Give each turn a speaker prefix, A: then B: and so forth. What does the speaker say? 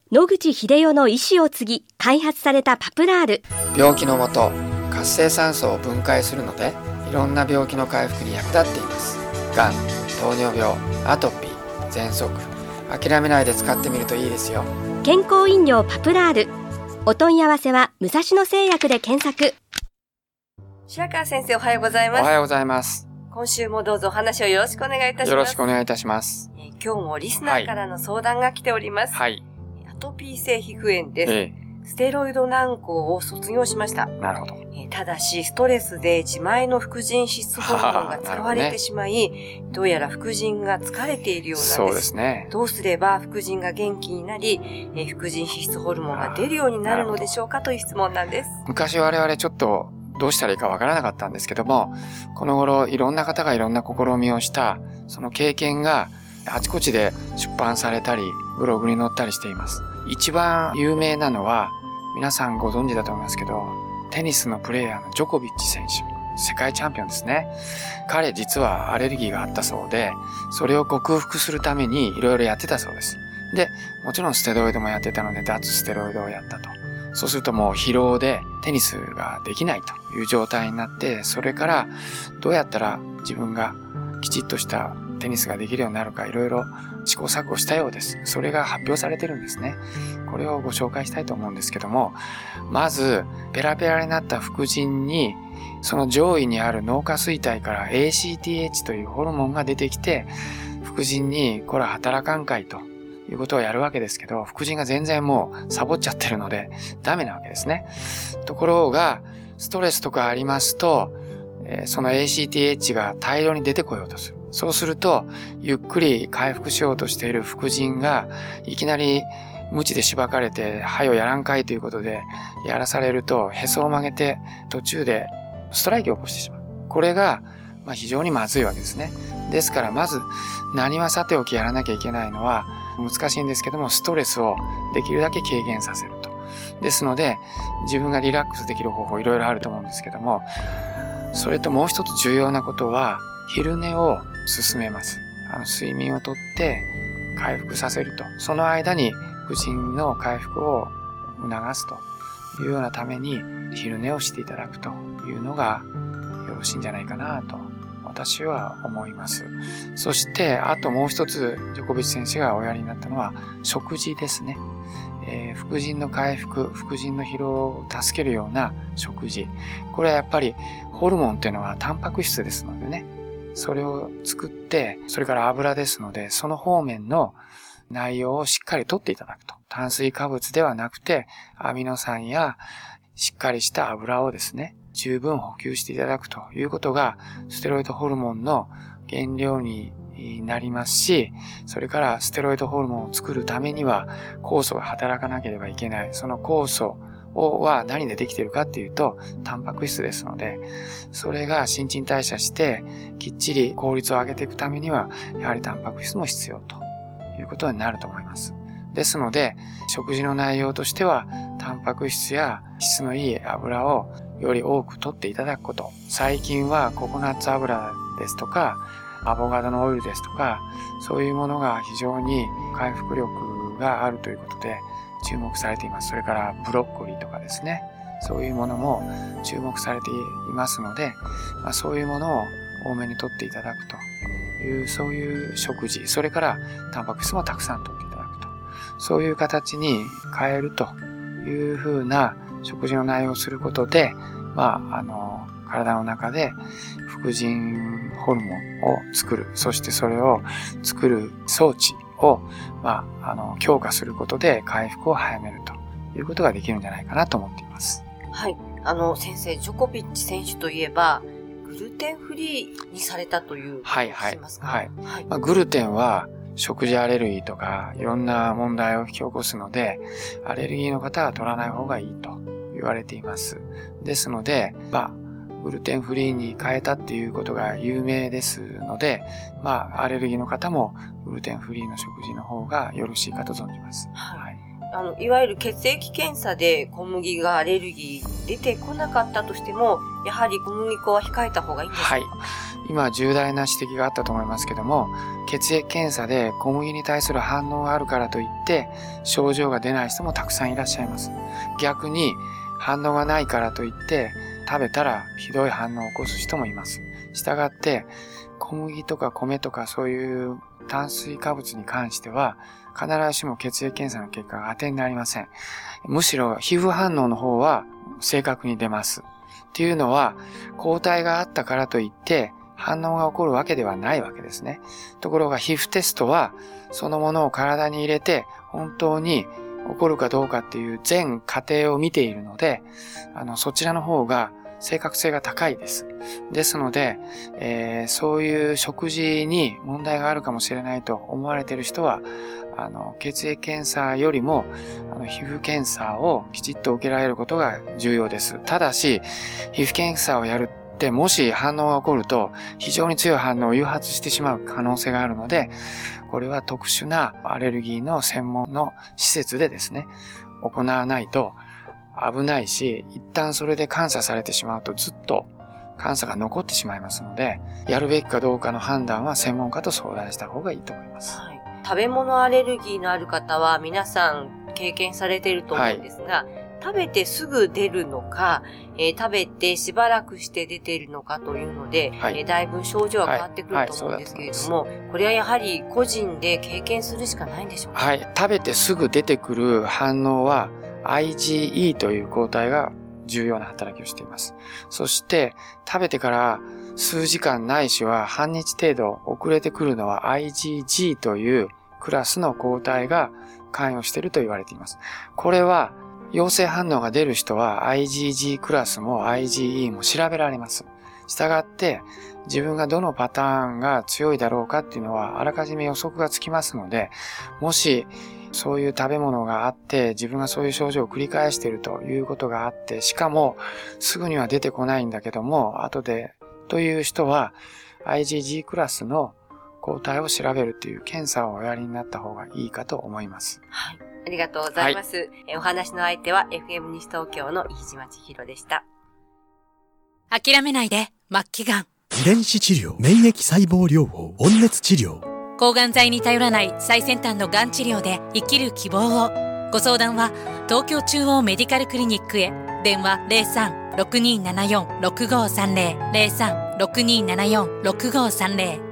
A: 野口英世の遺志を継ぎ開発されたパプラール。
B: 病気のもと、活性酸素を分解するのでいろんな病気の回復に役立っています。がん、糖尿病、アトピー、喘息、諦めないで使ってみるといいですよ。
A: 健康飲料パプラール。お問い合わせは武蔵野製薬で検索。
C: 白川先生、おはようございます。
B: おはようございます。
C: 今週もどうぞお話をよろしくお願いいたします。
B: よろしくお願いいたします。
C: 今日もリスナーからの相談が来ております。
B: はい。
C: アトピー性皮膚炎です。ステロイド軟膏を卒業しました。
B: なるほど。
C: ただし、ストレスで自前の副腎脂質ホルモンが使われてしまい、どうやら副腎が疲れているようなんです。
B: そうですね。
C: どうすれば副腎が元気になり、副腎脂質ホルモンが出るようになるのでしょうかという質問なんです。
B: 昔我々ちょっとどうしたらいいかわからなかったんですけども、この頃いろんな方がいろんな試みをした、その経験があちこちで出版されたり、ブログに載ったりしています。一番有名なのは、皆さんご存知だと思いますけど、テニスのプレイヤーのジョコビッチ選手、世界チャンピオンですね。彼実はアレルギーがあったそうで、それを克服するためにいろいろやってたそうです。で、もちろんステロイドもやってたので、脱ステロイドをやったと。そうするともう疲労でテニスができないという状態になって、それからどうやったら自分がきちっとしたテニスができるようになるかいろいろ試行錯誤したようです。それが発表されてるんですね。これをご紹介したいと思うんですけども、まずペラペラになった副腎にその上位にある脳下垂体から ACTH というホルモンが出てきて、副腎にこれは働かんかいということをやるわけですけど、副腎が全然もうサボっちゃってるのでダメなわけですね。ところがストレスとかありますと、その ACTH が大量に出てこようとする。そうするとゆっくり回復しようとしている副腎がいきなり鞭でしばかれて、はよやらんかいということでやらされると、へそを曲げて途中でストライキを起こしてしまう。これが非常にまずいわけですね。ですからまず何はさておきやらなきゃいけないのは、難しいんですけども、ストレスをできるだけ軽減させると。ですので自分がリラックスできる方法いろいろあると思うんですけども、それともう一つ重要なことは昼寝を進めます。睡眠をとって回復させると。その間に副腎の回復を促すというようなために昼寝をしていただくというのがよろしいんじゃないかなと私は思います。そしてあともう一つジョコビッチ選手がおやりになったのは食事ですね。副腎の回復、副腎の疲労を助けるような食事。これはやっぱりホルモンっていうのはタンパク質ですのでね。それを作って、それから油ですので、その方面の内容をしっかり摂っていただくと。炭水化物ではなくて、アミノ酸やしっかりした油をですね、十分補給していただくということが、ステロイドホルモンの原料になりますし、それからステロイドホルモンを作るためには酵素が働かなければいけない。その酵素は何でできているかっていうと、タンパク質ですので、それが新陳代謝してきっちり効率を上げていくためには、やはりタンパク質も必要ということになると思います。ですので、食事の内容としては、タンパク質や質のいい油をより多く摂っていただくこと。最近はココナッツ油ですとか、アボカドのオイルですとか、そういうものが非常に回復力があるということで注目されています。それからブロッコリーとかですね、そういうものも注目されていますので、そういうものを多めに摂っていただくという、そういう食事、それからタンパク質もたくさん摂っていただくと、そういう形に変えるというふうな食事の内容をすることで、体の中で副腎ホルモンを作る、そしてそれを作る装置を、強化することで回復を早めるということができるんじゃないかなと思っています。
C: はい。先生、ジョコビッチ選手といえば、グルテンフリーにされたということを聞きますか？
B: はい。グルテンは食事アレルギーとかいろんな問題を引き起こすので、アレルギーの方は取らない方がいいと言われています。ですので、グルテンフリーに変えたっていうことが有名ですので、アレルギーの方もグルテンフリーの食事の方がよろしいかと存じます。
C: はい。いわゆる血液検査で小麦がアレルギー出てこなかったとしても、やはり小麦粉は控えた方がいいんですか？はい。
B: 今重大な指摘があったと思いますけども、血液検査で小麦に対する反応があるからといって症状が出ない人もたくさんいらっしゃいます。逆に反応がないからといって食べたらひどい反応を起こす人もいます。したがって小麦とか米とかそういう炭水化物に関しては必ずしも血液検査の結果が当てになりません。むしろ皮膚反応の方は正確に出ます。っていうのは抗体があったからといって反応が起こるわけではないわけですね。ところが皮膚テストはそのものを体に入れて本当に起こるかどうかっていう全過程を見ているので、そちらの方が正確性が高いです。ですので、そういう食事に問題があるかもしれないと思われている人は、血液検査よりも皮膚検査をきちっと受けられることが重要です。ただし、皮膚検査をやるってもし反応が起こると非常に強い反応を誘発してしまう可能性があるので、これは特殊なアレルギーの専門の施設でですね、行わないと危ないし、一旦それで監査されてしまうとずっと監査が残ってしまいますので、やるべきかどうかの判断は専門家と相談した方がいいと思います。
C: はい、食べ物アレルギーのある方は皆さん経験されていると思うんですが、食べてすぐ出るのか、食べてしばらくして出ているのかというので、だいぶ症状は変わってくると思うんですけれども、これはやはり個人で経験するしかないんでしょうか？
B: はい、食べてすぐ出てくる反応はIgE という抗体が重要な働きをしています。そして食べてから数時間ないしは半日程度遅れてくるのは IgG というクラスの抗体が関与していると言われています。これは陽性反応が出る人は IgG クラスも IgE も調べられます。したがって自分がどのパターンが強いだろうかっていうのはあらかじめ予測がつきますので、もしそういう食べ物があって自分がそういう症状を繰り返しているということがあって、しかもすぐには出てこないんだけども後でという人は IgG クラスの抗体を調べるという検査をおやりになった方がいいかと思います。
C: はい、ありがとうございます。お話の相手は FM 西東京の飯島千尋でした。
D: 諦めないで、末期がん。
E: 遺伝子治療、免疫細胞療法、温熱治療。
D: 抗がん剤に頼らない最先端のがん治療で生きる希望を。ご相談は東京中央メディカルクリニックへ。電話 03-6274-6530 03-6274-6530